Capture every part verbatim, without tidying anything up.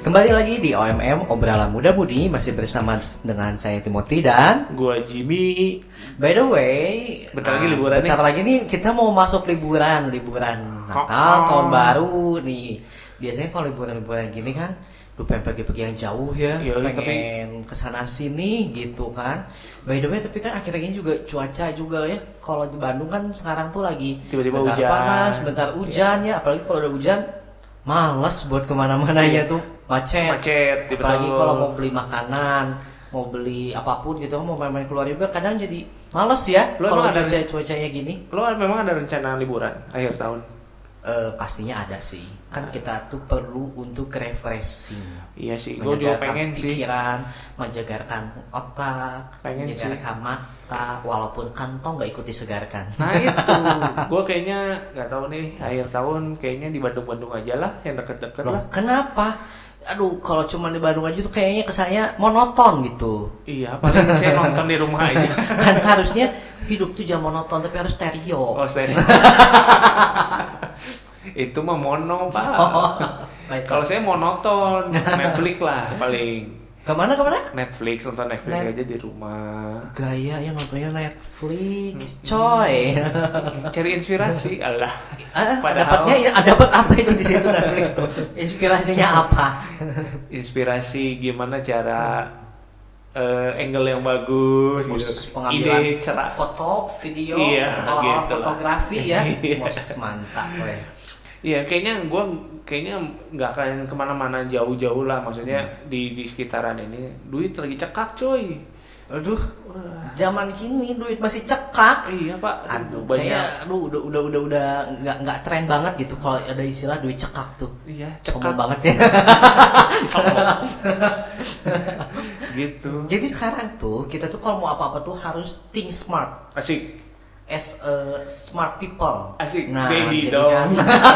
Kembali lagi di O M M Obrolan Muda Mudi, masih bersama dengan saya Timothy dan gua Jimmy. by the way, bentar lagi nah, liburan bentar nih. lagi nih kita mau masuk liburan, liburan Natal, Oh. tahun baru nih. Biasanya kalau liburan-liburan gini kan, lu pengen pergi-pergi yang jauh ya, Iya, pengen tapi- kesana sini gitu kan. By the way, tapi kan akhir-akhir ini juga cuaca juga ya. Kalau di Bandung kan sekarang tuh lagi Tiba-tiba bentar hujan. panas, bentar hujan ya. Apalagi kalau udah hujan, males buat kemana-mana ya tuh, macet. Macet, tiba-tiba. Apalagi kalau mau beli makanan, mau beli apapun gitu, mau main-main keluar juga kadang jadi males ya. Lo Kalau emang ada- cuaca cuacanya gini. Lo memang ada rencana liburan akhir tahun? Eh, pastinya ada sih. Kan kita tuh perlu untuk refreshing. Iya sih, gua juga Menyegarkan pengen sih. pikiran, menyegarkan otak, Pengen menyegarkan mata, walaupun kantong nggak ikut disegarkan. Nah itu, gua kayaknya nggak tahu nih akhir tahun kayaknya di Bandung-Bandung aja lah, yang deket-deket Loh, lah. kenapa? Aduh, kalau cuma di Bandung aja tuh kayaknya kesannya monoton gitu. Iya, paling saya nonton di rumah aja. Kan harusnya hidup tuh jangan monoton, tapi harus stereo. Oh saya. Itu mah mono pak. Oh, baik. Kalau saya monoton, Netflix lah paling. Kemana kemana? Netflix, nonton Netflix Net- aja di rumah. Gaya yang nontonnya Netflix, coy. Cari inspirasi, Allah. Ah, Padahal- dapatnya ya, dapat apa itu di situ Netflix tuh? Inspirasinya apa? Inspirasi gimana cara eh, angle yang bagus, Bos, gitu. pengambilan Ide cerah. foto, video, Iya, olah-olah gitu lah. fotografi ya. Iya. Bos, mantap, weh. Iya, kayaknya gue kayaknya nggak akan kemana-mana jauh-jauh lah. Maksudnya Hmm. di di sekitaran ini duit lagi cekak coy. Aduh, zaman kini duit masih cekak. Iya pak. Aduh, banyak. kayak aduh udah udah udah udah nggak nggak tren banget gitu kalau ada istilah duit cekak tuh. Iya, Sombong cekak banget ya. Sombong. Gitu. Jadi sekarang tuh kita tuh kalau mau apa-apa tuh harus think smart, Asik. as a smart people. Asik, Nah, baby jadi dong. kan-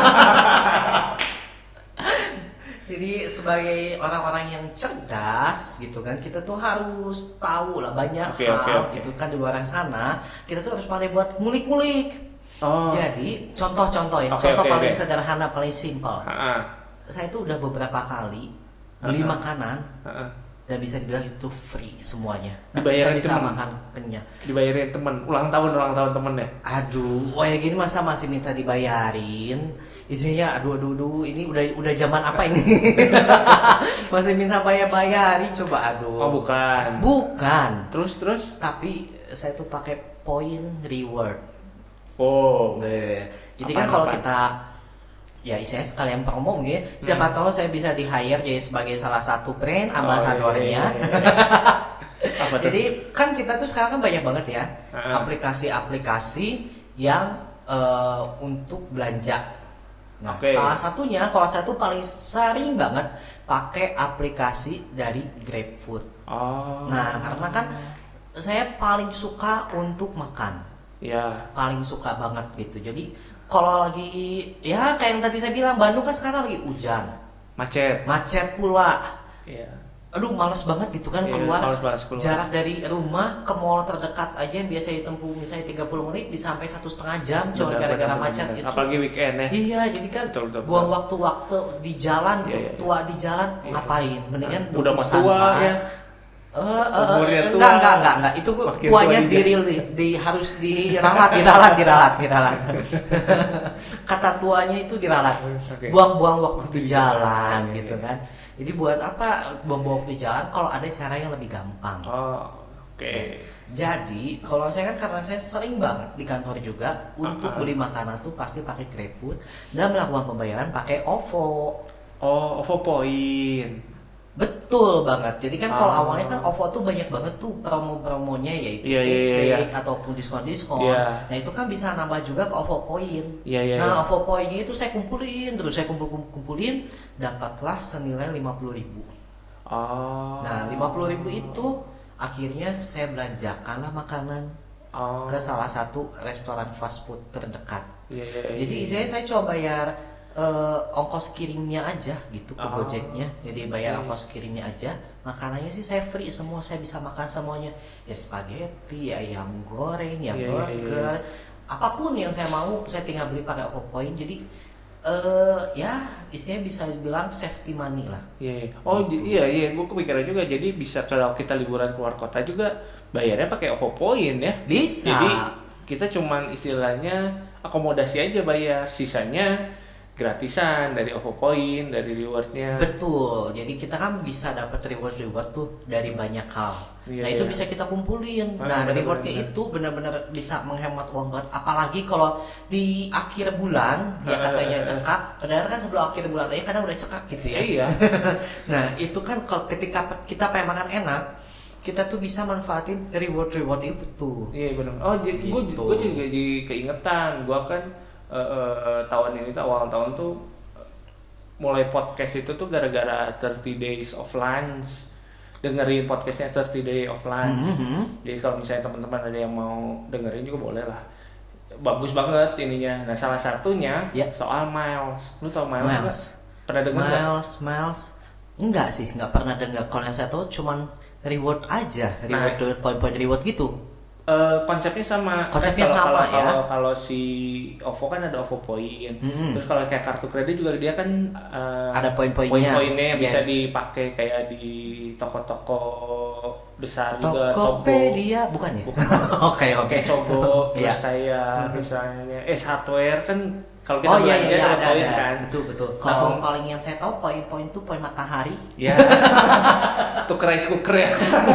Jadi sebagai orang-orang yang cerdas gitu kan, kita tuh harus tahu lah banyak Oke, hal oke, oke. gitu kan di luar sana. Kita tuh harus pandai buat ngulik-ngulik. Oh. Jadi contoh-contoh ya, Oke, contoh oke, paling oke. sederhana, paling simpel. Ha-ha. Saya tuh udah beberapa kali beli Uh-uh. makanan Ha-ha. dan bisa dibilang itu tuh free semuanya. Tapi Dibayarin saya bisa temen. makan kenyang. Dibayarin temen, ulang tahun ulang tahun temen ya. Aduh, wah ya gini masa masih minta dibayarin? Isinya aduh aduh aduh ini udah udah zaman apa ini? Masih minta bayar-bayarin coba aduh. Oh bukan. Bukan. Terus terus. Tapi saya tuh pakai point reward. Oh. Nah, jadi Apaan, kan kalau apaan? kita ya istilahnya sekalian promo gitu ya. Siapa tahu saya bisa di hire jadi sebagai salah satu brand ambasadornya. Oh, iya, iya, iya. Apa tuh? Jadi kan kita tuh sekarang kan banyak banget ya Heeh. aplikasi-aplikasi yang eh, untuk belanja. Nah, Oke. salah satunya kalau saya tuh paling sering banget pakai aplikasi dari GrabFood. Oh. Nah, karena kan saya paling suka untuk makan. Ya. Paling suka banget gitu. Jadi kalau lagi ya kayak yang tadi saya bilang Bandung kan sekarang lagi hujan, Macet. macet pula. Iya. Aduh males banget gitu kan Iya, keluar. males-males keluar. Jarak dari rumah ke mall terdekat aja yang biasa ditempuh misalnya tiga puluh menit bisa sampai satu setengah jam cuma Benar, gara-gara benar, macet benar. gitu. Apalagi weekend ya. Iya, jadi kan Betul, betul, buang betul. waktu-waktu di jalan gitu, Iya, iya, iya. tua di jalan Iya. ngapain? Mendingan Udah duduk mah tua santai. ya. Eh, eh, eh, Umurnya enggak, tua. enggak, enggak, enggak. Itu gua- Makin tuanya tua di, di- di, di- harus diralat, diralat, diralat, diralat. Kata tuanya itu diralat. Oke. Buang-buang waktu di di jalan jalan, gitu iya. kan. Jadi buat apa buang-buang waktu di jalan kalau ada cara yang lebih gampang. Oh. Oke. Jadi kalau saya kan karena saya sering banget di kantor juga untuk Ah, ah. beli makanan tuh pasti pakai GrabFood dan melakukan pembayaran pakai OVO. Oh, OVO Point. Betul banget. Jadi kan kalau Ah. awalnya kan OVO tuh banyak banget tuh promo-promonya yaitu Iya, iya, iya, cashback iya. ataupun diskon-diskon. Iya. Nah itu kan bisa nambah juga ke OVO Point. Iya, iya, Nah iya. OVO Point-nya itu saya kumpulin terus saya kumpul-kumpulin dapatlah senilai lima puluh ribu. Oh. Nah lima puluh ribu itu akhirnya saya belanjakanlah makanan Oh. ke salah satu restoran fast food terdekat. Iya, iya, iya. Jadi saya saya coba bayar eh, ongkos kirimnya aja gitu ke Oh. Gojeknya. Jadi bayar Iya. ongkos kirimnya aja. Makanannya sih saya free semua, saya bisa makan semuanya. Ya spaghetti, ayam goreng, ya Iya, iya, burger, iya. apapun yang saya mau saya tinggal beli pakai OVO Point. Jadi eh ya isinya bisa dibilang safety money lah. Iya. Yeah. Oh Gitu. j- iya iya, gue kepikiran juga. Jadi bisa kalau kita liburan keluar kota juga bayarnya pakai OVO Point ya. Bisa. Jadi kita cuman istilahnya akomodasi aja bayar, sisanya gratisan dari OVO Point, dari rewardnya. Betul. Jadi kita kan bisa dapat reward-reward tuh dari banyak hal. Iya, nah itu iya. bisa kita kumpulin. Ah, Nah benar, rewardnya benar. itu benar-benar bisa menghemat uang banget. Apalagi kalau di akhir bulan ya Ah, katanya ah, ah. cekak. Padahal kan sebelum akhir bulan aja kadang udah cekak gitu ya. Eh, iya. Nah itu kan kalau ketika kita pengen makan enak, kita tuh bisa manfaatin reward-reward itu tuh. Iya benar. Oh jadi gue Gitu. gue juga jadi keingetan. Gue kan eh, eh, tahun ini tuh awal tahun tuh eh, mulai podcast itu tuh gara-gara thirty days of lunch. Dengerin podcastnya thirty day of lunch. Mhm. Jadi kalau misalnya teman-teman ada yang mau dengerin juga boleh lah. Bagus banget ininya. Nah salah satunya Ya. soal miles. Lu tau miles nggak? Miles. Pernah denger nggak? Miles, miles. Enggak sih, enggak pernah dengar. Kalau yang saya tahu cuman reward aja, reward Nah. reward poin-poin reward gitu. Eh, konsepnya sama. Konsepnya Kan kalau, sama, kalau, ya. Kalau kalau si OVO kan ada OVO Point. Mm-mm. Terus kalau kayak kartu kredit juga dia kan eh, Ada poin-poinnya. poin-poinnya bisa Yes. dipakai kayak di toko-toko besar juga. Sogo. Tokopedia bukan ya? Bukan. Oke oke. Kayak Sogo, terus Iya. kayak misalnya eh hardware kan kalau kita Oh iya belanja iya dapat ada, poin ada. kan. Betul betul. Nah, Kalau fung- paling yang saya tahu poin-poin itu poin matahari. Ya. Tuh rice cooker ya.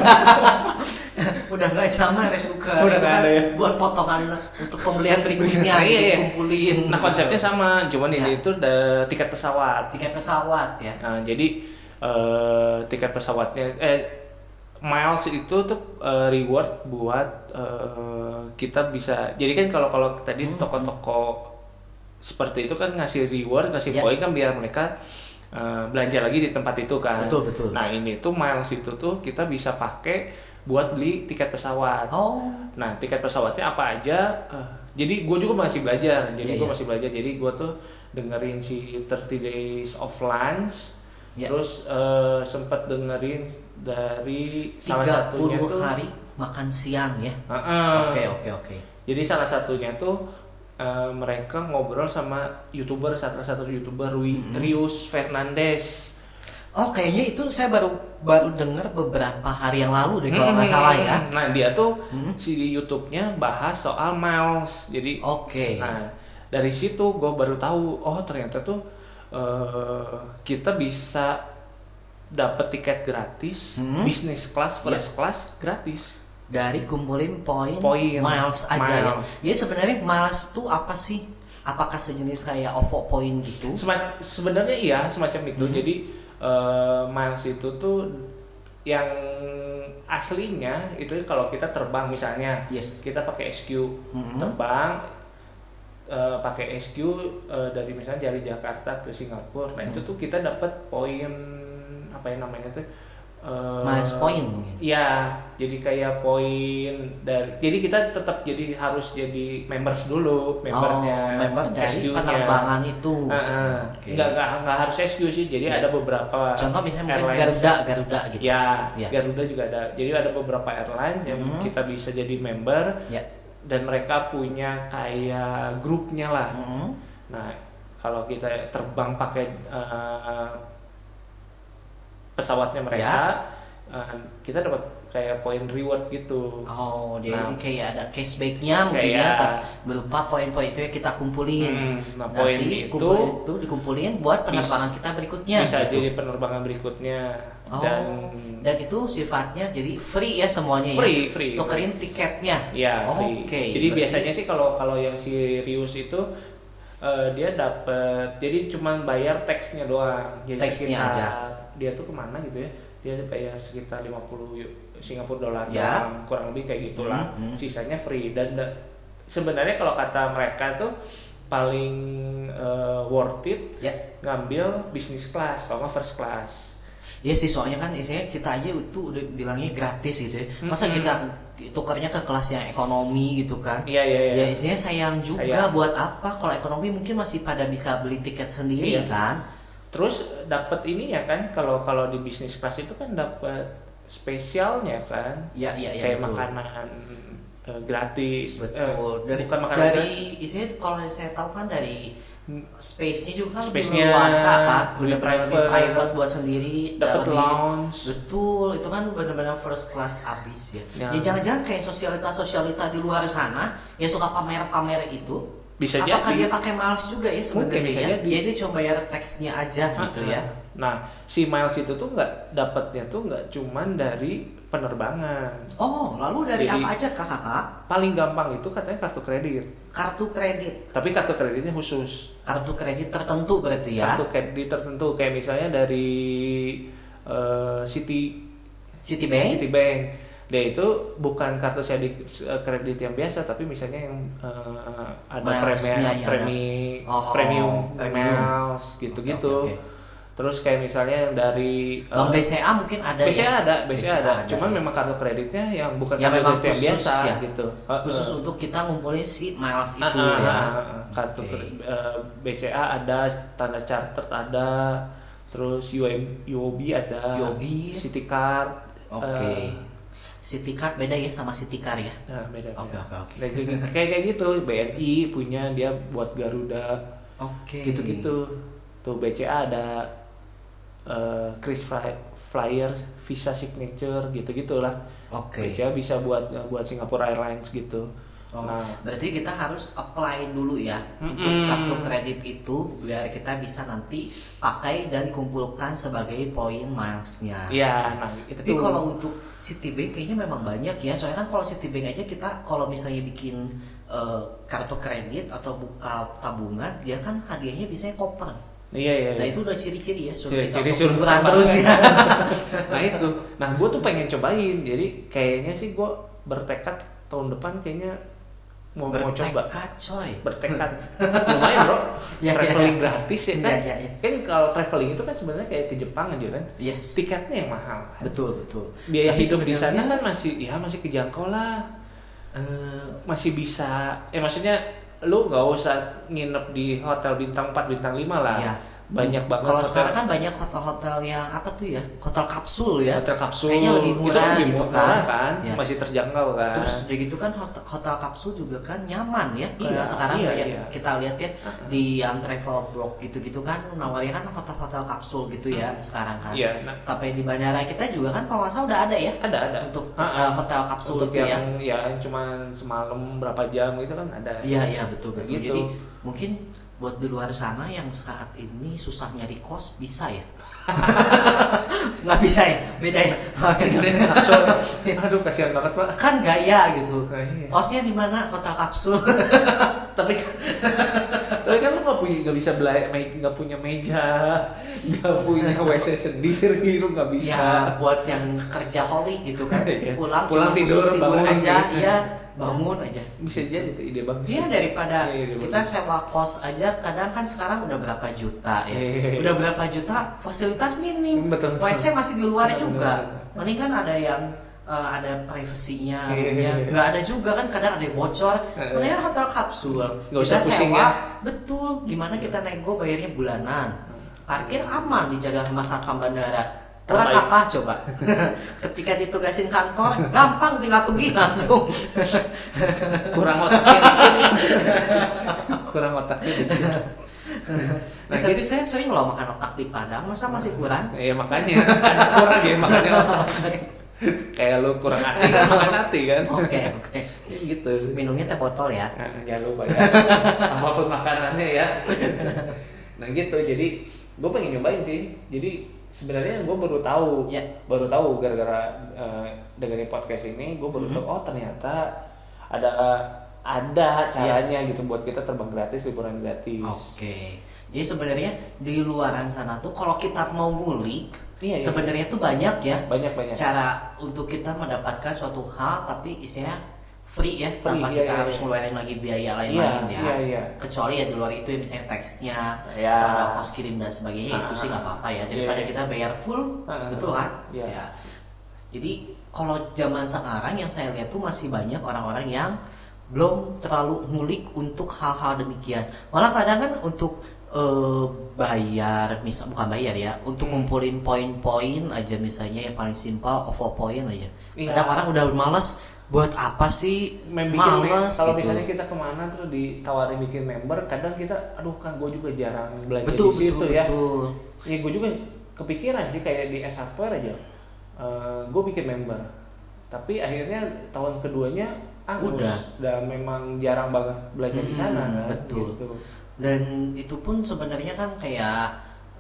Udah nggak sama rice cooker. Udah Itu nggak kan ada ya? buat potongan untuk pembelian berikutnya Iya, gitu, iya. dikumpulin. Nah konsepnya sama, cuman Ya. ini tuh ada tiket pesawat. tiket pesawat ya. Nah, jadi eh, tiket pesawatnya eh miles itu tuh eh, reward buat eh, kita bisa. Jadi kan kalau kalau tadi Hmm, toko-toko seperti itu kan ngasih reward, ngasih Ya. poin kan biar mereka eh, belanja lagi di tempat itu kan. Betul, betul. Nah, ini tuh miles itu tuh kita bisa pakai buat beli tiket pesawat. Oh. Nah, tiket pesawatnya apa aja? eh, jadi gue juga masih belajar. Jadi Iya, gue iya. masih belajar. Jadi gue tuh dengerin si thirty days of lunch. Ya. Terus eh, sempat dengerin dari salah satunya tiga puluh tuh. hari makan siang ya. Heeh. Oke oke oke. Jadi salah satunya tuh eh, mereka ngobrol sama youtuber, salah satu youtuber Rui, Rius Fernandez. Oh kayaknya itu saya baru baru dengar beberapa hari yang lalu deh kalau nggak salah ya. Nah dia tuh Hmm. si di YouTube-nya bahas soal miles. Jadi Oke. nah dari situ gue baru tahu oh ternyata tuh eh, kita bisa dapat tiket gratis, Hmm. bisnis class, first class gratis. Dari kumpulin poin, Poin, miles aja ya. miles. Jadi sebenarnya miles tuh apa sih? Apakah sejenis kayak OVO poin gitu? Sema- sebenarnya iya semacam itu. Hmm. Jadi eh, miles itu tuh yang aslinya itu kalau kita terbang misalnya Yes. kita pakai S Q Mhm. terbang eh, pakai S Q eh, dari misalnya dari Jakarta ke Singapura. Nah itu Hmm. tuh kita dapat poin apa yang namanya tuh eh, Miles point mungkin. Iya, jadi kayak poin dari. Jadi kita tetap jadi harus jadi members dulu, membernya Oh, member dari S Q-nya. penerbangan itu. Heeh. Oke. Nggak, nggak, nggak harus S Q sih, jadi Ya. ada beberapa Contoh misalnya mungkin airlines. Garuda, Garuda gitu. Ya, Ya. Garuda juga ada. Jadi ada beberapa airline yang Mhm. kita bisa jadi member Ya. dan mereka punya kayak grupnya lah. Mhm. Nah, kalau kita terbang pakai eh, pesawatnya mereka, eh, kita dapat kayak poin reward gitu. Oh, dia Nah, ini kayak ada cashbacknya mungkin kayak- ya, ta- berupa poin-poin itu yang kita kumpulin. Hmm, nah, poin Nanti itu kumpul- itu dikumpulin buat penerbangan bis- kita berikutnya. bisa gitu. jadi penerbangan berikutnya. Oh, Dan dan itu sifatnya jadi free ya semuanya Free, ya. free. Tukerin tiketnya. ya Oh, free. Oke. Jadi berarti- biasanya sih kalau kalau yang si Rius itu eh, dia dapat jadi cuman bayar teksnya doang. Jadi Teksnya sekitar aja. dia tuh kemana gitu ya? Dia bayar sekitar lima puluh Singapura dolar Ya. doang, kurang lebih kayak gitulah. Hmm, hmm. Sisanya free dan da- sebenarnya kalau kata mereka tuh paling eh, worth it ya. ngambil bisnis class kalau nggak first class. Ya sih soalnya kan isinya kita aja itu udah bilangnya gratis gitu ya. Masa Mm-mm. kita tukarnya ke kelas yang ekonomi gitu kan? Iya iya iya. Ya isinya sayang juga Sayang. buat apa? Kalau ekonomi mungkin masih pada bisa beli tiket sendiri Iya. kan? Terus dapat ini ya kan kalau kalau di bisnis class itu kan dapat spesialnya kan Ya ya ya kayak betul. makanan eh, gratis. Betul. Eh, Dari bukan makanan dari isinya kalau saya tahu kan dari space-nya juga kan Space-nya lebih luas kan, lebih bener-bener private. lebih private buat sendiri, Dapat dalamnya- lounge. Betul, itu kan benar-benar first class abis ya. Ya. Ya jangan-jangan kayak sosialita-sosialita di luar sana yang suka pamer-pamer itu. Bisa apakah jadi. dia pakai miles juga ya Mungkin sebenarnya bisa ya? jadi. Dia itu cuma bayar teksnya aja gitu Ah, ya. ah. Nah, si miles itu tuh nggak dapatnya tuh nggak cuman dari penerbangan. Oh, lalu dari Jadi- apa aja kak kakak? Paling gampang itu katanya kartu kredit. Kartu kredit. Tapi kartu kreditnya khusus. Kartu kredit tertentu berarti ya. Kartu kredit tertentu kayak misalnya dari eh, Citi Citibank. Citibank. Dia itu bukan kartu kredit kredit yang biasa, tapi misalnya yang eh, ada Miles-nya premi, ya, premi ada. Oh, premium, premium. miles gitu-gitu. Oke, oke, oke. Terus kayak misalnya yang dari eh, Bank B C A mungkin ada B C A ya? ada, B C A ada. ada, Cuman ya. memang kartu kreditnya yang bukan Ya, kartu memang kredit yang khusus biasa ya. gitu. Khusus Heeh. untuk kita ngumpulin si miles Ah, itu ah, ya. ah, ah. Kartu Oke. kre- eh, B C A ada, Standard Chartered ada, terus U O B ada, U O B. Citycard. Oke. eh, Citycard beda ya sama Citycar ya. Nah, beda. Oke, beda. oke, oke. Nah, jadi kayak kayak gitu, B N I punya dia buat Garuda, Oke. gitu-gitu. Tuh B C A ada eh Kris Fly- Flyer, Visa Signature, gitu-gitulah. Oke. B C A bisa buat buat Singapore Airlines gitu. Oh, Nah, berarti kita harus apply dulu ya untuk Mm-mm. kartu kredit itu biar kita bisa nanti pakai dan kumpulkan sebagai poin milesnya. iya, nah itu. Tapi kalau untuk Citibank kayaknya memang banyak ya. Soalnya kan kalau Citibank aja kita kalau misalnya bikin eh, kartu kredit atau buka tabungan, dia kan hadiahnya biasanya koper. Iya iya. Nah iya. itu udah ciri-ciri ya suruh kita Ciri-ciri untuk suruh liburan tambah. terus ya. Nah itu, nah gue tuh pengen cobain. Jadi kayaknya sih gue bertekad tahun depan kayaknya mau mau coba. Bertekad, coy. Bertekad. Lumayan bro. Ya, Traveling ya. gratis ya kan. Ya, ya, ya. Kan kalau traveling itu kan sebenarnya kayak ke Jepang aja kan. Yes. Tiketnya yang mahal. Kan? Betul betul. Biaya Tapi hidup di sana sebenarnya, kan masih ya masih kejangkau lah. eh, Masih bisa. Eh maksudnya lu nggak usah nginep di hotel bintang empat bintang lima lah. ya. Banyak banget Kalau hotel. sekarang kan banyak hotel-hotel yang apa tuh ya? Hotel kapsul ya. Hotel kapsul Kayaknya lebih itu murah lebih gitu murah kan. kan, Ya. masih terjangkau kan. Terus udah gitu kan hotel, hotel kapsul juga kan nyaman ya. Iya, Kayak sekarang iya, kayak iya. kita lihat ya di yang travel blog gitu-gitu kan nawarin kan hotel-hotel kapsul gitu ya sekarang kan. Iya, nah, Sampai di bandara kita juga kan kalau nggak salah udah ada ya ada ada untuk Ah, uh, ah. hotel kapsul untuk itu ya. yang ya yang cuma semalam berapa jam gitu kan ada. Iya iya betul betul. Gitu. Jadi mungkin buat di luar sana yang saat ini susah nyari kos bisa ya? Nggak bisa ya? Beda ya? Kapsul. Aduh kasihan banget pak. Kan gaya gitu. Nah, iya. Kosnya di mana? Hotel kapsul. Tapi tapi kan lu nggak punya nggak bisa bela nggak punya meja, nggak punya W C sendiri, lu nggak bisa. Ya buat yang kerja holik gitu kan. Iya. Pulang Pulang cuma tidur, khusus bangun aja, gitu. iya bangun aja. Bisa jadi tuh ide bagus. Iya daripada Iya, ide kita bagus. sewa kos aja kadang kan sekarang udah berapa juta ya. Iya. Udah berapa juta fasilitas minim. Betul, betul. W C masih di luar Benar, juga. benar. Mending kan ada yang eh, ada privasinya, Iya. ya. Nggak ada juga kan kadang ada yang bocor. Iya. Mendingan hotel kapsul. Nggak usah Kita pusing sewa, ya. betul. Gimana kita nego bayarnya bulanan. Parkir aman dijaga sama satpam bandara. Kurang Terbaik. apa coba? Ketika ditugasin kantor, gampang tinggal pergi langsung. Kurang otaknya dikit. Kurang otaknya dikit. Nah, tapi saya sering loh makan otak di Padang, masa masih kurang? Iya makanya ada kurang ya makanya otak. Kayak lu kurang hati kan makan hati kan. Oke, oke. Gitu. Minumnya teh botol ya. Nah, jangan lupa ya. Apapun makanannya ya. Nah gitu jadi gue pengen nyobain sih. Jadi sebenarnya gue baru tahu, Ya. baru tahu gara-gara uh, dengerin podcast ini gue baru Mhm. tahu oh ternyata ada ada caranya Yes. gitu buat kita terbang gratis, liburan gratis. Oke. Jadi sebenarnya di luaran sana tuh kalau kita mau ngulik, Iya, iya. sebenarnya tuh banyak ya Banyak-banyak. cara untuk kita mendapatkan suatu hal tapi isinya free ya, Free, tanpa iya, kita iya, harus iya. ngeluarin lagi biaya Iya, lain-lain ya. iya, iya. Kecuali ya di luar itu ya misalnya teksnya, Ya. atau ada kos kirim dan sebagainya, itu Ah, sih nggak apa-apa ya. Daripada iya. kita bayar full, Ah, betul kan? iya. Ya. Jadi kalau zaman sekarang yang saya lihat tuh masih banyak orang-orang yang belum terlalu ngulik untuk hal-hal demikian. Malah kadang kan untuk eh, bayar, misal bukan bayar ya, untuk Hmm. ngumpulin poin-poin aja misalnya yang paling simpel, O V O poin aja. Iya. Kadang orang udah males buat apa sih, Mem- bikin mem- males kalau gitu. misalnya kita kemana terus ditawarin bikin member, kadang kita aduh kan gue juga jarang belanja Betul, di situ betul, ya. betul. Ya gue juga kepikiran sih kayak di S Hardware aja. Uh, gue bikin member. Tapi akhirnya tahun keduanya angus. Udah. Udah memang jarang banget belanja di sana Hmm, kan. betul. Gitu. Dan itu pun sebenarnya kan kayak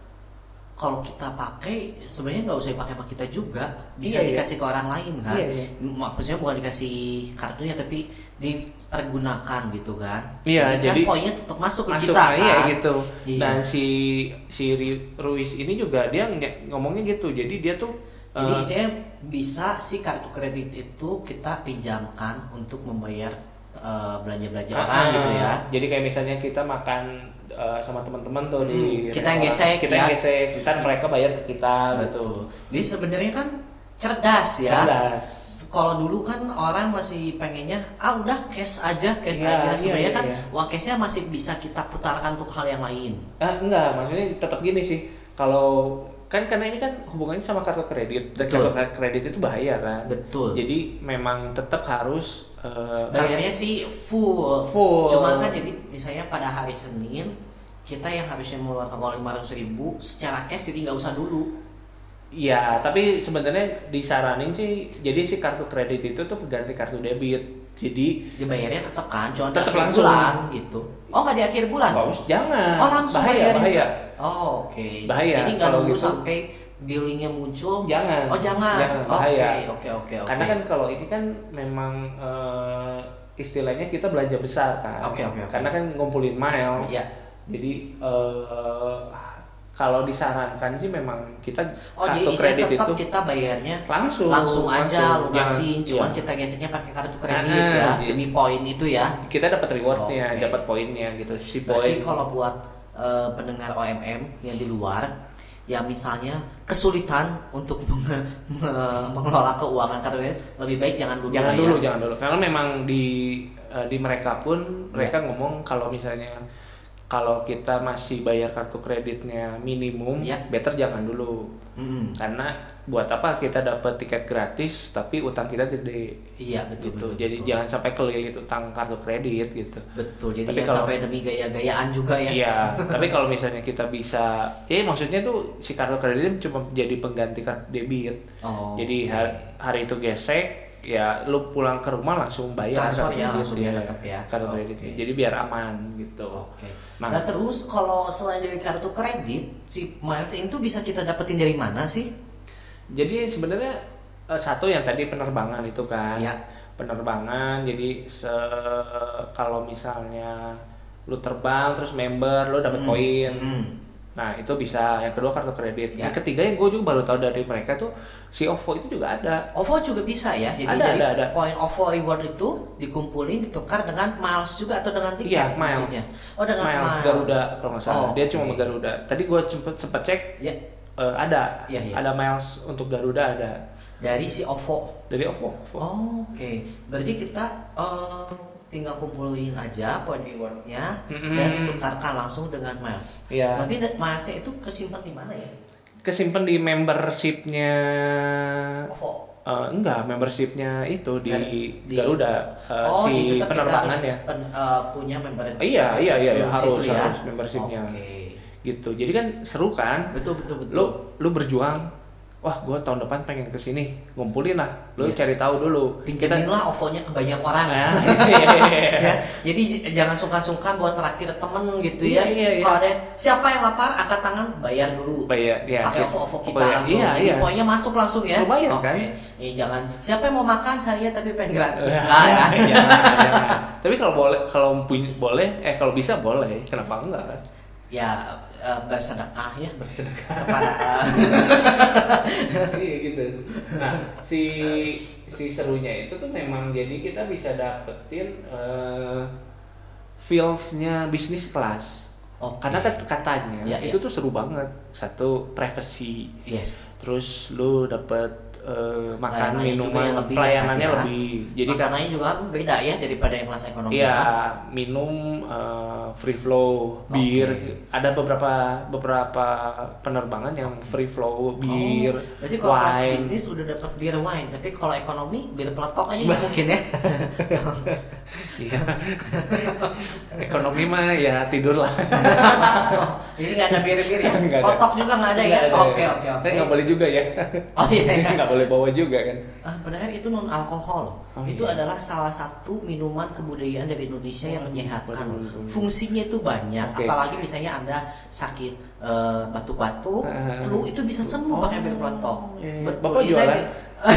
kalau kita pakai sebenarnya nggak usah dipakai sama kita juga, bisa Iya, iya. dikasih ke orang lain kan. Iya, iya. Maksudnya bukan dikasih kartunya tapi dipergunakan gitu kan. Iya, kan jadi poinnya tetap masuk ke masuk kita nah, kan. iya gitu. Iya. Dan si si Ri- Ruiz ini juga dia ng- ngomongnya gitu. Jadi dia tuh Jadi uh, saya bisa si kartu kredit itu kita pinjamkan untuk membayar eh, belanja-belanja orang ah, gitu ya. Jadi kayak misalnya kita makan uh, sama teman-teman tuh di Hmm, kita yang restoran. gesek, kita ya. yang gesek, ntar mereka bayar ke kita gitu. Betul. Jadi sebenarnya kan cerdas ya. Cerdas. Kalau dulu kan orang masih pengennya ah udah cash aja, cash Iya, aja. iya, Sebenarnya iya, kan iya. uang cashnya masih bisa kita putarkan untuk hal yang lain. Ah, enggak, maksudnya tetap gini sih. Kalau kan karena ini kan hubungannya sama kartu kredit dan Betul. kartu kredit itu bahaya kan. Betul. Jadi memang tetap harus uh, Bayarnya sih full. Full. Cuma kan jadi misalnya pada hari Senin kita yang harusnya mengeluarkan uang lima ratus ribu secara cash jadi nggak usah dulu. ya, tapi sebenarnya disaranin sih, jadi si kartu kredit itu tuh pengganti kartu debit. Jadi Dibayarnya tetap kan, cuma di Tetap akhir langsung. bulan gitu. Oh nggak di akhir bulan? bagus jangan. Oh langsung bahaya, bayarin. bahaya. Oh oke. Bahaya, Jadi nggak kalau nunggu gitu. sampai billingnya muncul. Jangan. Oh jangan. Jangan, Oke, bahaya. Oke oke oke. Karena kan kalau ini kan memang eh, istilahnya kita belanja besar kan. Oke, oke, oke. Karena kan ngumpulin miles. ya. Jadi eh, kalau disarankan sih memang kita Oh kartu jadi kredit tetap itu kita bayarnya langsung langsung aja langsung. lunasin, Jangan- cuman iya. kita geseknya pakai kartu kredit Ah, ya iya. demi poin itu ya. Kita dapat rewardnya, Oke. dapat poinnya gitu. Si Berarti poin. kalau buat eh, pendengar O M M yang di luar yang misalnya kesulitan untuk menge- me- mengelola keuangan kartu kredit, lebih baik jangan dulu. Jangan lah dulu, ya. jangan dulu. Karena memang di eh, di mereka pun mereka Iya. ngomong kalau misalnya kalau kita masih bayar kartu kreditnya minimum, Iya. better jangan dulu. Mm-mm. Karena buat apa kita dapat tiket gratis tapi utang kita gede. Iya betul. Gitu. betul Jadi betul. jangan sampai kelilit utang kartu kredit gitu. Betul. Jadi Tapi jangan kalau- sampai demi gaya-gayaan juga ya. Iya, tapi kalau misalnya kita bisa, ya maksudnya tuh si kartu kredit cuma jadi pengganti kartu debit. Oh, Jadi oke. hari, hari itu gesek, ya lu pulang ke rumah langsung bayar Transfer kartu ya, kredit langsung ya tetap ya. kartu Oke. kreditnya. Jadi biar aman gitu. Oke. Nah. Nah terus kalau selain dari kartu kredit, si miles itu bisa kita dapetin dari mana sih? Jadi sebenarnya eh, satu yang tadi penerbangan itu kan, Ya. penerbangan. Jadi se kalau misalnya lu terbang terus member, lu dapat Mm, poin. mm. Nah itu bisa. Yang kedua kartu kredit. Ya. Yang ketiga yang gue juga baru tahu dari mereka tuh si OVO itu juga ada. OVO juga bisa ya. Jadi Ada, dari ada, ada. poin OVO reward itu dikumpulin ditukar dengan miles juga atau dengan tiket? Iya, miles. maksudnya? Oh dengan Miles, miles. Garuda kalau nggak salah. Oh, Dia cuma oke. sama Garuda. Tadi gue sempet sempet cek Ya eh, ada, Iya, iya. ada miles untuk Garuda ada dari si OVO. dari OVO. OVO. Oh, Oke. Berarti kita eh, tinggal kumpulin aja poin rewardnya Mm-mm. dan ditukarkan langsung dengan miles. Iya. Nanti milesnya itu kesimpan di mana ya? Kesimpan di membershipnya. OVO. Eh, enggak, membershipnya itu di, Di- Garuda eh, oh, si jadi tetap kita penerbangan harus ya. pen- eh, punya member. Iya, iya, iya, iya, harus, situ ya. harus membershipnya. Oke. Gitu. Jadi kan seru kan? Betul betul betul. Lu lu berjuang. Wah, gue tahun depan pengen kesini, ngumpulin lah. Lu Iya. cari tahu dulu. Pinjemin lah OVO-nya ke banyak orang. Ah, Ya, jadi j- jangan sungkan-sungkan buat traktir temen gitu Iya, ya. iya, iya. Kalau ada siapa yang lapar angkat tangan bayar dulu. Bayar, ya. Pakai OVO-OVO kita Bayar. langsung. Iya, Jadi iya. poinnya masuk langsung ya. Lumayan, Oke. kan? Eh, jangan siapa yang mau makan saya tapi pengen gratis. Eh, Enggak ya. jangan, jangan. Tapi kalau boleh, kalau punya boleh, eh kalau bisa boleh, kenapa enggak kan? Ya eh, bersedekah ya Bersedekah. kepada Iya gitu. Nah, si si serunya itu tuh memang jadi kita bisa dapetin eh, feels-nya bisnis kelas. Oke. Karena kan katanya Ya, itu ya. tuh seru banget. Satu privacy, Yes. terus lu dapet uh, makan Layanannya juga minuman yang lebih ya, pelayanannya pasti ya. lebih. Jadi kan makanannya juga kan beda ya daripada yang kelas ekonomi. iya, kan? minum uh, free flow, bir. Oke. Ada beberapa beberapa penerbangan yang free flow bir, Oh, berarti kalau kelas wine. bisnis udah dapat bir wine, tapi kalau ekonomi bir peletok aja nggak mungkin ya. Iya. Ekonomi mah ya tidur lah. Ini nggak ada bir-bir ya? Nggak ada. Peletok juga nggak ada ya? Nggak ada. Oke oke oke. Tapi nggak boleh juga ya. Oh iya. iya. Nggak boleh bawa juga kan. Ah, padahal itu non alkohol. Oh, itu iya. adalah salah satu minuman kebudayaan dari Indonesia yang Oh, menyehatkan. betul, betul. Fungsinya itu banyak. Oke. Apalagi misalnya Anda sakit eh, batuk-batuk, Ah. flu itu bisa sembuh pakai bir peletok. iya, iya. Betul. Bapak Iya, jualan? saya,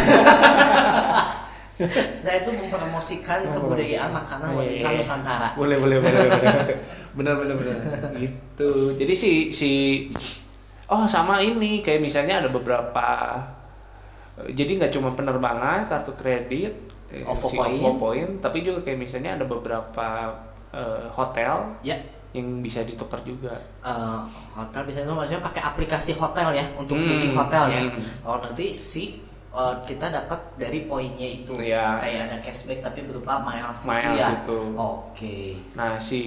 saya itu mempromosikan Oh, kebudayaan makanan iya, warisan iya. Nusantara. Boleh boleh boleh boleh. Benar benar benar. Gitu. Jadi si si oh sama ini kayak misalnya ada beberapa jadi nggak cuma penerbangan, kartu kredit, eh, OVO si Point. OVO Point, tapi juga kayak misalnya ada beberapa eh, hotel Ya. yang bisa ditukar juga. Eh, hotel biasanya maksudnya pakai aplikasi hotel ya untuk Hmm, booking hotel ya. hmm. Oh nanti si eh, kita dapat dari poinnya itu. Iya. Kayak ada cashback tapi berupa miles, itu Miles ya. itu. Oke. Nah si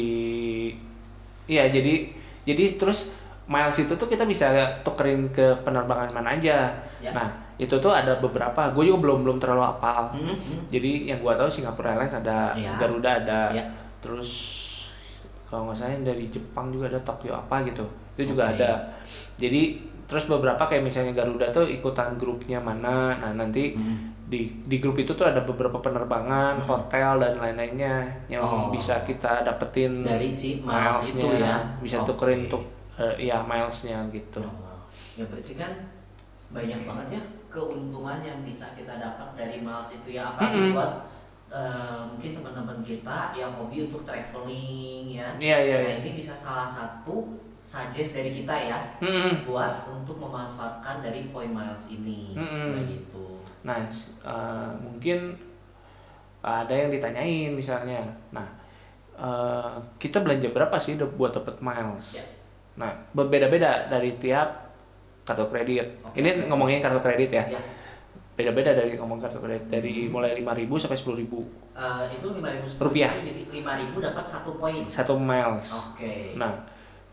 iya jadi jadi terus miles itu tuh kita bisa tukerin ke penerbangan mana aja. Ya. Nah itu tuh ada beberapa, gue juga belum belum terlalu hafal. Hmm, hmm. Jadi yang gue tahu Singapore Airlines ada, Ya. Garuda ada, Ya. terus kalau nggak salah yang dari Jepang juga ada, Tokyo apa gitu, itu juga Oke. ada. Jadi terus beberapa kayak misalnya Garuda tuh ikutan grupnya mana, nah nanti Hmm. di di grup itu tuh ada bebeberapa penerbangan, Hmm. hotel dan lain-lainnya yang Oh. bisa kita dapetin Dari si miles milesnya, itu ya. bisa Oke. tukerin untuk eh, ya milesnya gitu. Oh, ya berarti kan banyak banget ya keuntungan yang bisa kita dapat dari miles itu ya. Apalagi Mm-mm. buat eh, mungkin teman-teman kita yang hobi untuk traveling ya. Iya iya. Nah iya. ini bisa salah satu suggest dari kita ya Mm-mm. buat untuk memanfaatkan dari point miles ini. Mm-mm. Begitu. Nah, s- eh, mungkin ada yang ditanyain misalnya, nah eh, kita belanja berapa sih de- buat dapat miles? Ya. Nah, berbeda-beda dari tiap kartu kredit. Oke, Ini oke. ngomongin kartu kredit ya. Ya. Beda-beda dari ngomong kartu kredit dari Hmm. mulai lima ribu sampai sepuluh ribu Eh, itu lima ribu Rupiah. jadi lima ribu dapat satu poin. satu miles. Oke. Nah,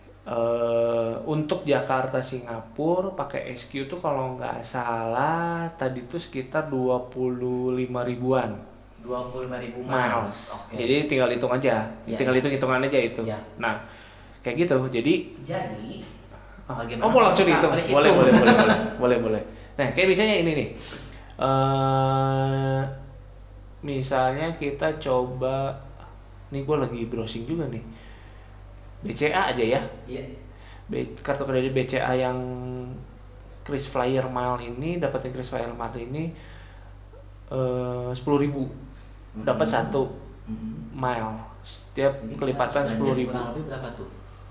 eh, untuk Jakarta Singapura pakai S Q tuh kalau nggak salah tadi tuh sekitar dua puluh lima ribuan dua puluh lima ribu miles. miles. Oke. Jadi tinggal hitung aja, Ya, tinggal ya. hitung hitungan aja itu. Ya. Nah, kayak gitu. Jadi, Jadi oh, bagaimana oh, mau langsung kita dihitung? berhitung? Boleh, boleh, boleh, boleh, boleh, boleh. Nah, kayak misalnya ini nih. eh misalnya kita coba, nih gue lagi browsing juga nih. B C A aja ya. Iya. B- kartu kredit B C A yang KrisFlyer Mile ini, dapetin KrisFlyer Mile ini eh sepuluh ribu. Dapat Mm-hmm. satu Mm-hmm. mile. Setiap Jadi kelipatan kita sepuluh ribu. kurang lebih berapa tuh?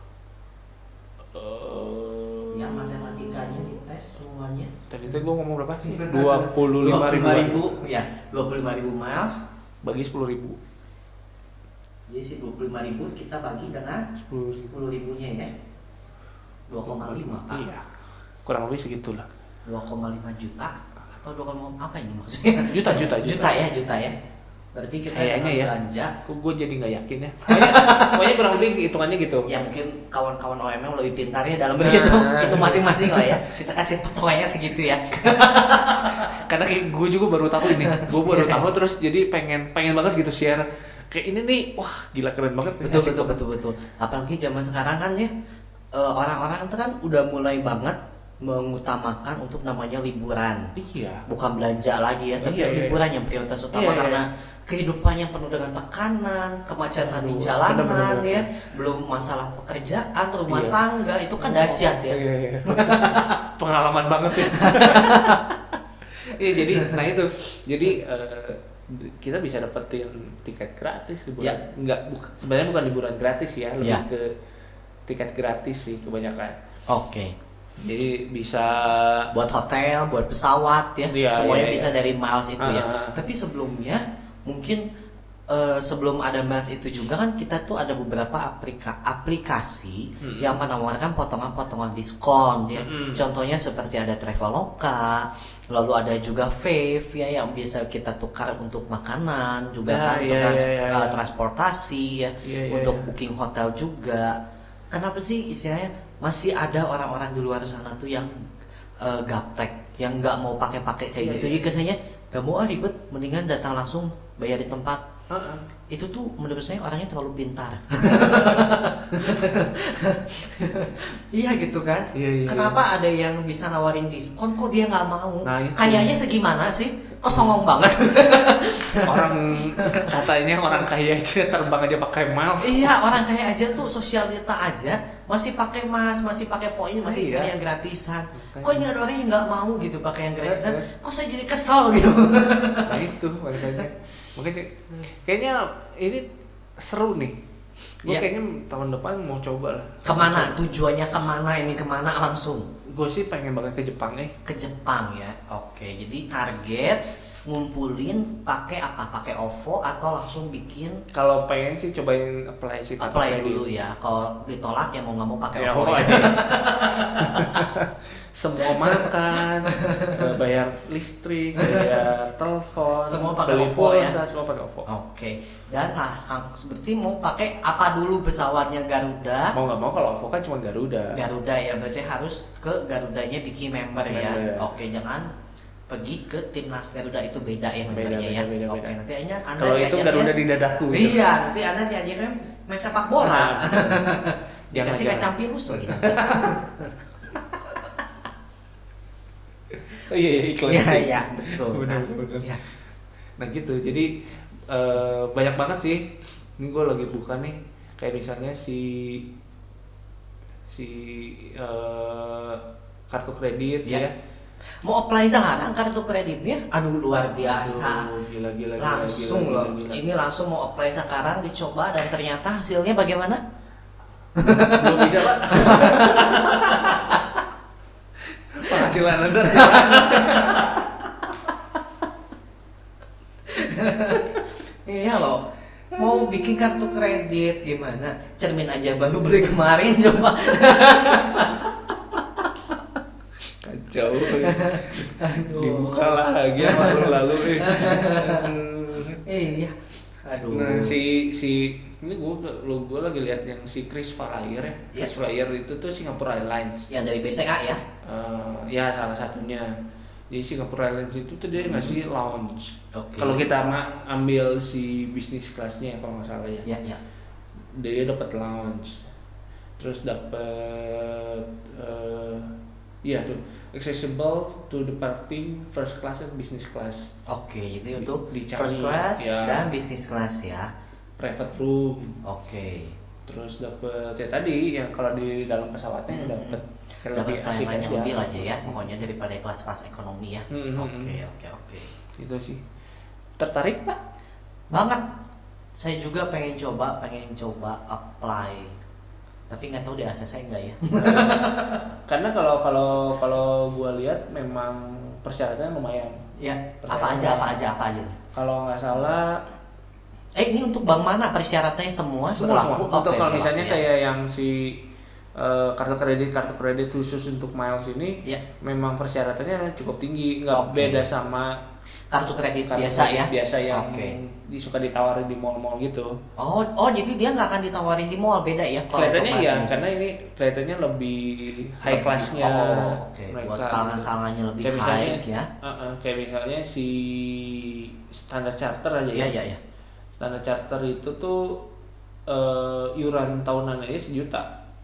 Yang matematikanya dites semuanya. Tadi tuh gue ngomong berapa sih? dua puluh lima ribu. ribu, ya, dua puluh lima ribu miles. Bagi sepuluh ribu. Jadi si dua puluh lima ribu kita bagi dengan sepuluh ribu. sepuluh ribunya ya. dua koma lima Pak. Iya. Kurang lebih segitulah. dua koma lima juta atau dua koma apa ini maksudnya? Juta, juta, juta. Juta ya, juta ya. Berarti kita Kayaknya dengan ya. belanja. Kok gue jadi nggak yakin ya. Pokoknya, pokoknya kurang lebih hitungannya gitu. Ya mungkin kawan-kawan O M M lebih pintar ya dalam berhitung. Nah. Itu masing-masing lah ya. Kita kasih patokannya segitu ya. Karena kayak gue juga baru tahu ini. Gue baru tahu terus jadi pengen pengen banget gitu share. Kayak ini nih, wah gila keren banget. nih. Betul Asik betul banget. betul betul. Apalagi zaman sekarang kan ya eh, orang-orang itu kan udah mulai banget mengutamakan untuk namanya liburan. Iya. Bukan belanja lagi ya, tapi Iya, iya, liburan yang prioritas utama Iya, iya. karena kehidupannya penuh dengan tekanan, kemacetan di Aduh, jalanan bener, bener, ya, bener. belum masalah pekerjaan, rumah Iya. tangga itu kan dahsyat ya. Iya, iya. Pengalaman banget ya. Iya jadi, nah itu, jadi eh, kita bisa dapetin tiket gratis liburan. Ya. Enggak, bukan sebenarnya bukan liburan gratis ya, lebih Ya. ke tiket gratis sih kebanyakan. Oke. Jadi bisa Buat hotel, buat pesawat ya, Iya, semuanya iya, iya. bisa dari miles itu ya. Ah. Tapi sebelumnya mungkin eh, sebelum ada Miles itu juga kan kita tuh ada beberapa aplika- aplikasi Hmm. yang menawarkan potongan-potongan diskon ya. Hmm. Contohnya seperti ada Traveloka, lalu ada juga Fave ya yang bisa kita tukar untuk makanan juga Ah, kan, untuk iya, trans- iya, iya, eh, iya. transportasi ya, Iya, iya, untuk iya. booking hotel juga. Kenapa sih istilahnya masih ada orang-orang di luar sana tuh yang eh, gaptek, yang nggak mau pakai-pakai kayak Iya, gitu. iya. Jadi kesannya gak mau ah ribet, mendingan datang langsung bayar di tempat. Heeh. Itu tuh menurut saya orangnya terlalu pintar. Iya gitu kan. Iya, iya, Kenapa ada yang bisa nawarin diskon kok dia nggak mau? Nah, itu. Kayaknya segimana sih? Kok songong banget? Orang katanya orang kaya aja terbang aja pakai miles. Iya, orang kaya aja tuh sosialita aja masih pakai mas, masih pakai poin, masih Iya. cari yang gratisan. Makanya. Kok ini ada orang yang nggak mau gitu pakai yang gratisan? Iya, iya. Kok saya jadi kesel gitu? Nah itu makanya makanya kayaknya ini seru nih. Gue Iya. kayaknya tahun depan mau coba lah. Kemana? Tujuannya kemana ini kemana langsung? Gue sih pengen banget ke Jepang eh. Ke Jepang ya. Oke, jadi target ngumpulin pakai apa? Pakai OVO atau langsung bikin Kalau pengen sih cobain apply sih kartu apply kredit. dulu ya. Kalau ditolak ya mau nggak mau pakai Ya, OVO ya. pokoknya. Semua makan, eh, bayar listrik, bayar telepon, Semua pakai beli OVO ya? pulsa, semua pakai OVO. Oke. Dan nah, hang- berarti mau pakai apa dulu pesawatnya Garuda? Mau nggak mau kalau OVO kan cuma Garuda. Garuda ya, berarti harus ke Garudanya bikin member ya. Member. Oke, jangan pergi ke timnas Garuda, itu beda ya Beda, membernya ya. beda, beda, Oke, beda. nanti hanya Anda Kalau itu diajarnya- Garuda di dadaku. gitu. Iya, nanti Anda diajarnya main sepak bola. Jangan, Dikasih jangan. kacang virus lagi. Oh iya, iya iklan. Iya, itu. iya, betul. Benar, Nah, benar. iya. Nah gitu, jadi eh, banyak banget sih. Ini gue lagi buka nih, kayak misalnya si si eh, kartu kredit Ya. ya. Mau apply sekarang kartu kreditnya? Aduh, luar biasa. Aduh, gila, gila, gila, Langsung gila, loh. gila, gila. Ini langsung mau apply sekarang, dicoba dan ternyata hasilnya bagaimana? Belum bisa pak. Penghasilan anda. Iya loh. Mau bikin kartu kredit gimana? Cermin aja baru beli kemarin coba. Kacau. Aduh. Dibuka lagi sama lu lalu eh. Iya. Aduh. Nah si si ini gue lo gue lagi lihat yang si Chris Flyer ya. Ya. Chris Flyer itu tuh Singapore Airlines. Yang dari B C A ya? Eh, ya salah satunya. Di Singapore Airlines itu tuh dia ngasih lounge. Oke. Kalau kita ma- ambil si bisnis kelasnya kalau nggak salah ya, Ya, ya. dia dapat lounge. Terus dapat eh iya tuh accessible to departing first class and business class. Oke, Di- jadi untuk dicari, first class ya. dan business class ya. Private room. Oke. Terus dapat ya tadi yang kalau di dalam pesawatnya Hmm. dapat Dapat lebih asik pelayanan yang aja. lebih aja ya, pokoknya daripada kelas-kelas ekonomi ya. Hmm, hmm, Oke, hmm. oke, oke. Itu sih. Tertarik pak? Banget. Saya juga pengen coba, pengen coba apply. Tapi nggak tahu di A C C enggak ya. Karena kalau kalau kalau gua lihat memang persyaratannya lumayan. Ya, apa aja, apa aja, apa aja. Kalau nggak salah Eh, ini untuk bank mana persyaratannya semua? semua semua. Berlaku? Untuk Oke, kalau berlaku misalnya ya. kayak yang si eh, kartu kredit kartu kredit khusus untuk miles ini Ya. memang persyaratannya cukup tinggi, nggak Oke. beda sama Kartu kredit kartu biasa kredit ya. biasa yang Oke. di- suka ditawarin di mall-mall gitu. Oh, oh jadi dia nggak akan ditawarin di mall, beda ya? kalau Kelihatannya untuk iya, kelas ini? karena ini kelihatannya lebih high class-nya Oh, oke. mereka. Buat gitu. kalangan-kalangannya lebih Kayak misalnya, high ya. uh, uh, kayak misalnya si standar charter aja Iya, ya. iya, iya. Standar charter itu tuh uh, iuran tahunan aja sejuta.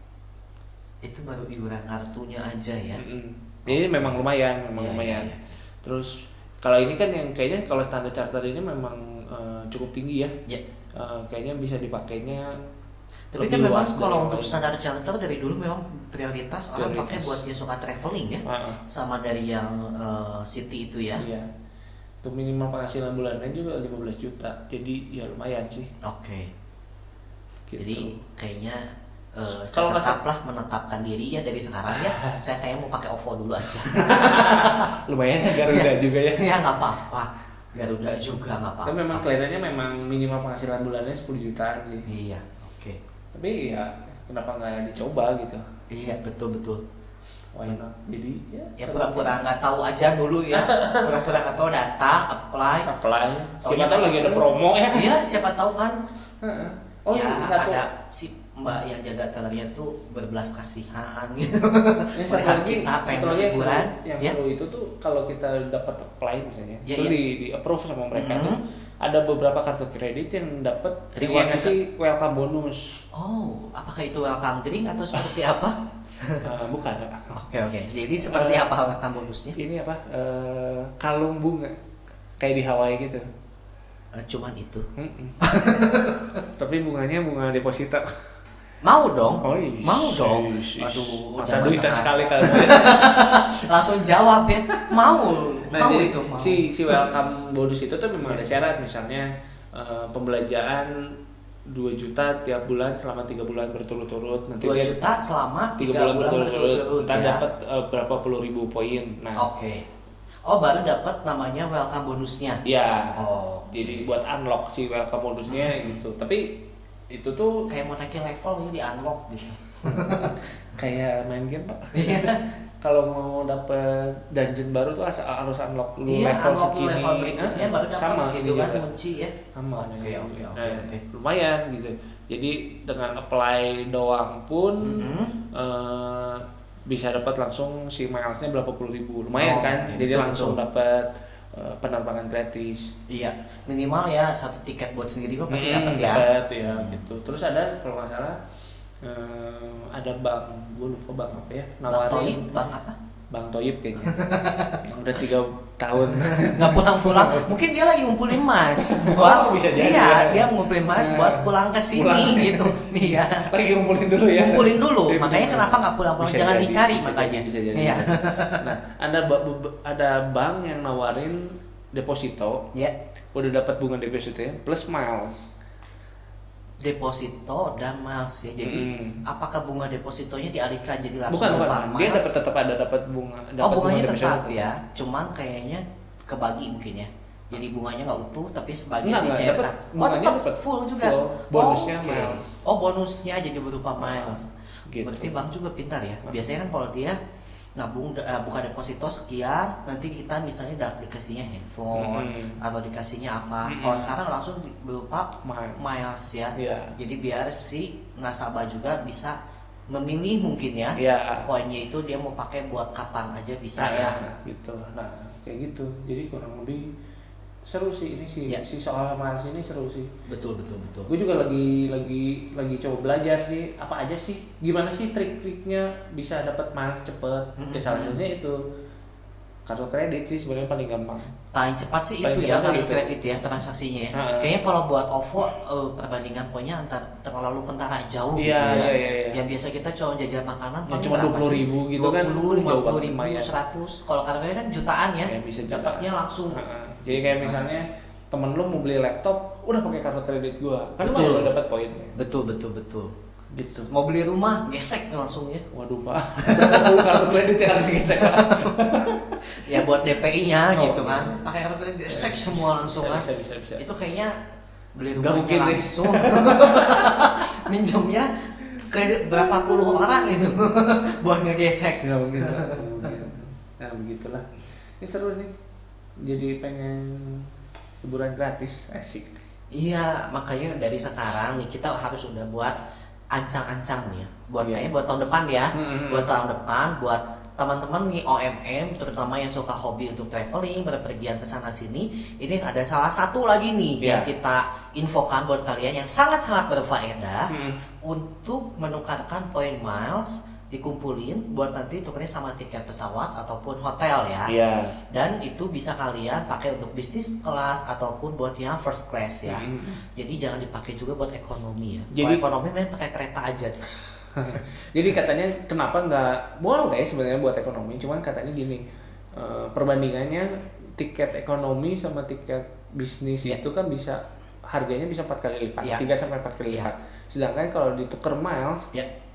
Itu baru iuran kartunya aja ya. Mm-mm. Jadi memang lumayan, memang Iya, lumayan. iya, iya. Terus kalau ini kan yang kayaknya kalau standar charter ini memang uh, cukup tinggi ya. Ya. Uh, kayaknya bisa dipakainya. Tapi lebih kan memang luas dari kalau yang untuk lain. standar charter dari dulu memang prioritas orang Prioritas. pakai buat dia suka traveling ya. Uh-uh. Sama dari yang eh, city itu ya. Iya. Untuk minimal penghasilan bulannya juga lima belas juta. Jadi ya lumayan sih. Oke. Gitu. Jadi kayaknya eh, Kalau saya nggak tetaplah menetapkan diri ya dari sekarang ya. Saya kayaknya mau pakai OVO dulu aja. lumayan ya Garuda Iya. juga ya. Ya nggak apa-apa. Garuda juga nggak apa-apa. Dan memang kelihatannya memang minimal penghasilan bulannya sepuluh jutaan sih. Iya, oke. Tapi ya kenapa nggak dicoba gitu? Iya, betul betul. Why not? Jadi ya, Ya pura-pura nggak tahu aja dulu ya. Pura-pura nggak tahu, data, apply. apply. Siapa Taunya tahu lagi ada masuk. promo ya. Iya, siapa tahu kan. Heeh. Oh, ya, satu. ada si Mbak yang jaga telurnya tuh berbelas kasihan gitu. Yang satu Melihat lagi, kita pengen satu lagi yang seru, liburan, yang ya. seru itu tuh kalau kita dapat apply misalnya, Ya, itu ya. di di approve sama mereka Mhm. tuh ada beberapa kartu kredit yang dapat Reward yang ngasih welcome bonus. Oh, apakah itu welcome drink atau seperti apa? Eh, bukan. Oke oke. Jadi seperti Eh, apa welcome bonusnya? Ini apa? Eh, kalung bunga kayak di Hawaii gitu. Eh, cuman itu. Mm-mm. Tapi bunganya bunga deposito. Mau dong. Oh, iya. Mau dong. Ish, ish. Aduh, Mata zaman duitan sekarang. sekali kali. Langsung jawab ya. Mau. Nah, mau jadi itu mau. si si welcome bonus itu tuh memang ada syarat, misalnya eh, pembelanjaan dua juta tiap bulan selama tiga bulan berturut-turut, nanti dua dia juta selama tiga tiga bulan bulan berturut-turut berturut-turut ntar ya. dapat eh, berapa puluh ribu poin. Nah, Oke. Oh, baru dapat namanya welcome bonusnya. ya Oh. jadi buat unlock si welcome bonusnya Hmm. gitu. Tapi itu tuh Kayak mau naikin level gitu di unlock gitu. kayak main game pak. Iya. Kalau mau dapet dungeon baru tuh asa- harus unlock dulu Iya, level unlock segini. level berikutnya Ah, baru dapat sama gitu ini kan juga. kunci ya. Sama. Oke, ya. oke, oke, Nah, oke. lumayan gitu. Jadi dengan apply doang pun Mhm. eh, bisa dapat langsung si milesnya berapa puluh ribu. Lumayan Oh, kan? iya, Jadi betul, langsung betul. dapat eh, penerbangan gratis. Iya, minimal ya satu tiket buat sendiri kok pasti Hmm, dapat ya. dapat ya gitu. Terus ada kalau nggak salah eh, ada bank, gue lupa bank apa ya, Bang nawarin Toib, bang apa? Bang Toyib kayaknya yang udah tiga tahun. Nggak pulang-pulang, mungkin dia lagi ngumpulin emas. Buat, Oh, bisa jadi, iya, ya. dia ngumpulin emas Nah, buat pulang ke sini pulang. gitu. Iya. Lagi ngumpulin dulu ya. Ngumpulin dulu, Iya, makanya betul. kenapa nggak pulang-pulang? Bisa Jangan jadi, dicari bisa makanya. jadi, bisa jadi. Iya. Nah, ada ba- be- ada bank yang nawarin deposito, Ya, udah dapat bunga depositonya plus miles. deposito dan miles ya. Jadi Hmm. apakah bunga depositonya dialihkan jadi langsung Bukan, bukan. berupa Dia miles? dapat tetap ada dapat bunga. Oh, dapat bunganya bunga deposito tetap ya, cuman kayaknya kebagi mungkin ya. Jadi bunganya nggak utuh, tapi sebagian Enggak, enggak, dicairkan. dapat- Oh, bunganya tetap dapat full juga. full. Bonusnya Oh, oke. miles. Oh, bonusnya jadi berupa miles. Gitu. Berarti bank juga pintar ya. Nah. Biasanya kan kalau dia nabung uh, buka deposito sekian, nanti kita misalnya dah dikasihnya handphone Hmm. atau dikasihnya apa. Hmm. Kalau sekarang langsung di- berupa Miles. miles ya. Iya. Jadi biar si nasabah juga bisa memilih mungkin ya. Iya. Poinnya itu dia mau pakai buat kapan aja bisa Nah, ya. gitu. Nah, kayak gitu. Jadi kurang lebih seru sih ini sih Ya. si soal miles ini seru sih. Betul betul betul. Gue juga lagi lagi lagi coba belajar sih apa aja sih, gimana sih trik-triknya bisa dapat miles cepet. Mm-mm. Ya salah satunya itu kartu kredit sih sebenarnya paling gampang. Paling cepat sih Paling itu cepat ya sih kartu itu. kredit ya transaksinya ya. Ha-ha. Kayaknya kalau buat OVO eh, perbandingan poinnya antar terlalu kentara jauh Iya, gitu ya. iya, iya, iya. Yang biasa kita cuma jajan makanan Yang paling cuma berapa dua puluh sih? ribu gitu kan, dua puluh, lima jauh puluh banget, ribu, lumayan. seratus. Kalau kartu kredit kan jutaan ya. Ya, bisa jutaan. Dapatnya langsung. Heeh. Jadi kayak misalnya temen lu mau beli laptop, udah pakai kartu kredit gua, kan lu Betul. udah dapat poinnya. Betul betul betul. Gitu. Mau beli rumah gesek langsung ya. Waduh pak, berapa puluh kartu kredit yang harus digesek pak? Ya buat D P I-nya Oh, gitu iya. kan. Pakai kartu kredit gesek semua langsung Bisa, kan. bisa, bisa, bisa. Itu kayaknya beli Nggak rumahnya mungkin sih. langsung. Minjemnya ke berapa puluh orang itu buat ngegesek. Nggak mungkin, Pak. Nggak mungkin. Nah begitulah. Ini seru nih. Jadi pengen hiburan gratis, asik. Iya, makanya dari sekarang nih kita harus udah buat ancang-ancang nih ya. Buat Iya. kayaknya buat tahun depan ya. Hmm. Buat tahun depan, buat teman-teman nih O M M, terutama yang suka hobi untuk traveling, berpergian ke sana sini, ini ada salah satu lagi nih Iya. yang kita infokan buat kalian yang sangat-sangat berfaedah Hmm. untuk menukarkan poin miles dikumpulin buat nanti tukernya sama tiket pesawat ataupun hotel ya. Iya. Dan itu bisa kalian pakai untuk bisnis kelas ataupun buat yang first class ya. Hmm. Jadi jangan dipakai juga buat ekonomi ya. Jadi- Kalau ekonomi main pakai kereta aja deh. Jadi katanya kenapa nggak boleh sebenarnya buat ekonomi, cuman katanya gini, eh, perbandingannya tiket ekonomi sama tiket bisnis Ya. itu kan bisa harganya bisa empat kali lipat, Ya. tiga sampai empat kali Ya. lipat. Sedangkan kalau ditukar miles Ya.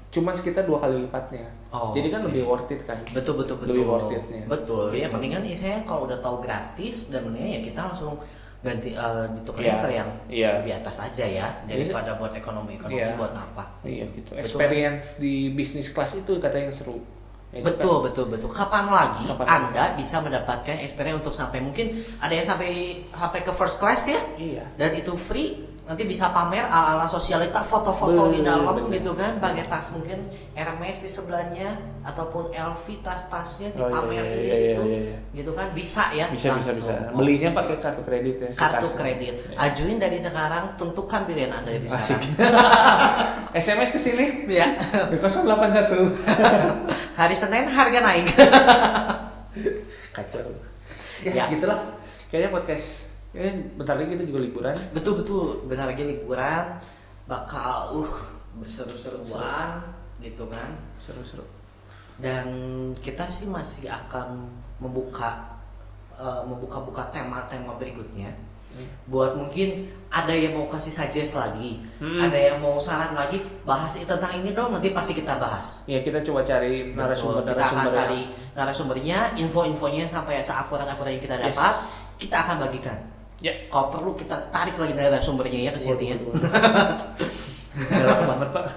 cuman sekitar dua kali lipatnya. Oh, jadi kan oke. lebih worth it kan. Betul betul betul. Lebih worth it-nya. Betul. Ya Gitu. mendingan saya kalau udah tahu gratis dan mendingan ya kita langsung ganti uh, ditukerin Iya. ke yang Iya. di atas aja ya daripada buat ekonomi-ekonomi Iya. buat apa. Iya gitu. Betul. Experience di bisnis kelas itu katanya yang seru. Ya, itu Betul, kan. betul, betul. Kapan lagi Kapan Anda bisa mendapatkan experience untuk sampai mungkin ada yang sampai sampai ke first class ya? Iya. Dan itu free, nanti bisa pamer ala-ala sosialita foto-foto di Bener, dalam bener. gitu kan, pakai tas mungkin Hermes di sebelahnya ataupun L V tas-tasnya Oh, iya, dipamerin iya, di iya, situ. iya, iya. Gitu kan bisa ya? Bisa bisa langsung. bisa. Belinya pakai kartu kredit ya. si Kartu tasnya. kredit. Iya. Ajuin dari sekarang, tentukan pilihan Anda dari Asik. sekarang. S M S ke sini. Ya. Ke nol delapan satu. Hari Senin harga naik. Kacau. Ya, Ya. gitulah. Kayaknya podcast ya, bentar lagi kita juga liburan. Betul betul, bentar lagi liburan bakal uh berseru-seruan gitu kan. Seru-seru. Dan kita sih masih akan membuka uh, membuka-buka tema-tema berikutnya. Hmm. Buat mungkin ada yang mau kasih suggest lagi, Hmm. ada yang mau saran lagi, bahas tentang ini dong, nanti pasti kita bahas. Ya kita coba cari Betul, narasumber kita akan narasumber cari narasumbernya, info-infonya sampai seakurat-akurat yang kita Yes. dapat, kita akan bagikan. Ya. Kalau perlu kita tarik lagi narasumbernya ya ke sini ya. Galak banget pak.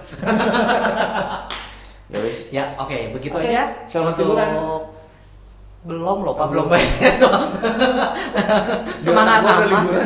Ya wis. Ya, oke, begitu Oke, aja. selamat Untuk- liburan. Belum loh, Pak, Oh, belum belum. besok. Semangat Gua udah amat. liburan.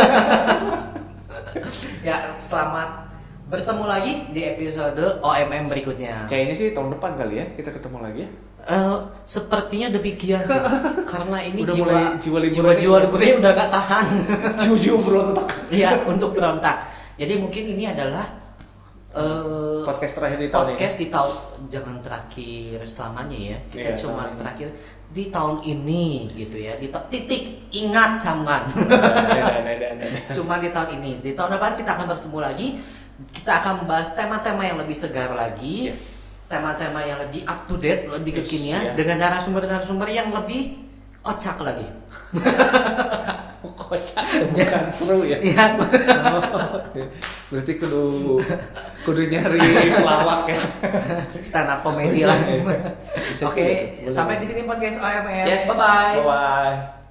Ya, selamat bertemu lagi di episode O M M berikutnya. Kayaknya sih tahun depan kali ya kita ketemu lagi ya. Eh, sepertinya demikian sih. Karena ini Udah jiwa mulai jiwa liburannya- jiwa, jiwa liburannya udah gak tahan. Jujur berontak. Iya, untuk berontak. Jadi mungkin ini adalah eh, Podcast terakhir di tahun podcast ini. di tahun jangan terakhir selamanya ya. Kita Iya, cuma tahun ini. terakhir di tahun ini gitu ya. Di ta- titik ingat jangan. Nah, nah, nah, nah, nah. Cuma di tahun ini. Di tahun depan kita akan bertemu lagi. Kita akan membahas tema-tema yang lebih segar lagi. Yes. Tema-tema yang lebih up to date, lebih Yes, kekinian iya. dengan narasumber-narasumber yang lebih kocak lagi. Kocak bukan seru ya. Iya. Oh, berarti kudu kudu nyari pelawak ya. Stand up comedy lah. Bisa Oke, juga tuh. sampai di sini podcast O M M. Yes. Bye bye. Bye bye.